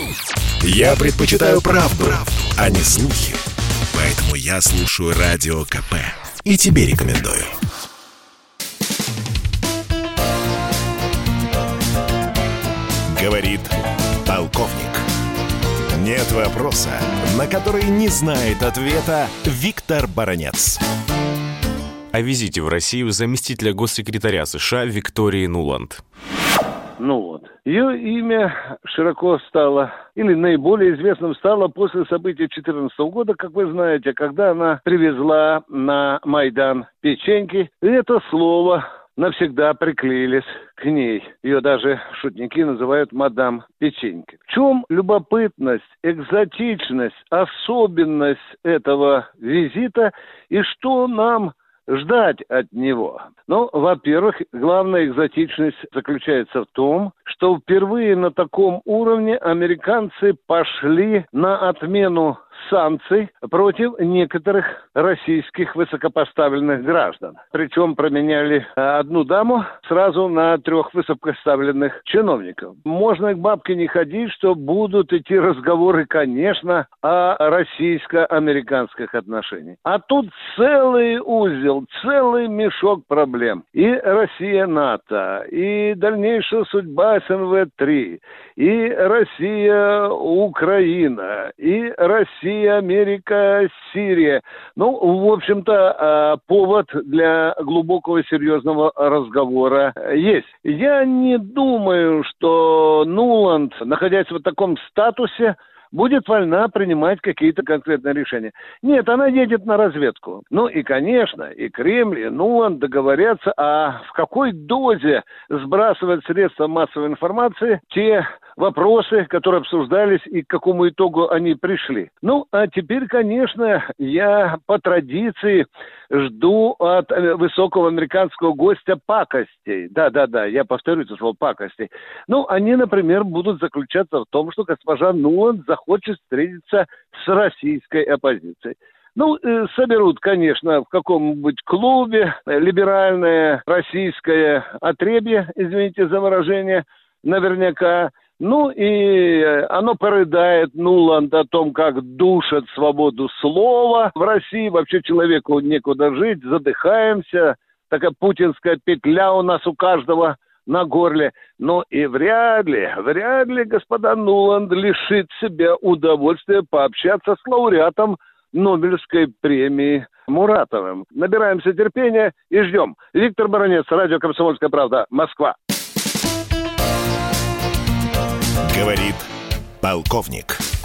Я предпочитаю правду, а не слухи. Поэтому я слушаю Радио КП. И тебе рекомендую. Говорит полковник. Нет вопроса, на который не знает ответа Виктор Баранец. О визите в Россию заместителя госсекретаря США Виктории Нуланд. Ее имя широко стало, или наиболее известным стало после событий 2014 года, как вы знаете, когда она привезла на Майдан печеньки. И это слово навсегда приклеились к ней. Ее даже шутники называют мадам Печеньки. В чем любопытность, экзотичность, особенность этого визита и что нам ждать от него? Во-первых, главная экзотичность заключается в том, что впервые на таком уровне американцы пошли на отмену санкций против некоторых российских высокопоставленных граждан. Причем променяли одну даму сразу на 3 высокопоставленных чиновников. Можно к бабке не ходить, что будут идти разговоры, конечно, о российско-американских отношениях. А тут целый узел, целый мешок проблем. И Россия-НАТО, и дальнейшая судьба СНВ-3, и Россия-Украина, и Россия-Америка, Сирия. В общем-то, повод для глубокого серьезного разговора есть. Я не думаю, что Нуланд, находясь в таком статусе, будет вольна принимать какие-то конкретные решения. Нет, она едет на разведку. И, конечно, и Кремль, и Нуланд договорятся, в какой дозе сбрасывать средства массовой информации те вопросы, которые обсуждались и к какому итогу они пришли. А теперь, конечно, я по традиции жду от высокого американского гостя пакостей. Да, я повторю это слово пакостей. Они, например, будут заключаться в том, что госпожа Нуланд захочет встретиться с российской оппозицией. Соберут, конечно, в каком-нибудь клубе либеральное российское отребье, извините за выражение, наверняка. И оно порыдает Нуланд о том, как душат свободу слова в России. Вообще человеку некуда жить, задыхаемся. Такая путинская петля у нас у каждого на горле. И вряд ли господа Нуланд лишит себя удовольствия пообщаться с лауреатом Нобелевской премии Муратовым. Набираемся терпения и ждем. Виктор Баранец, радио «Комсомольская правда», Москва. Говорит полковник.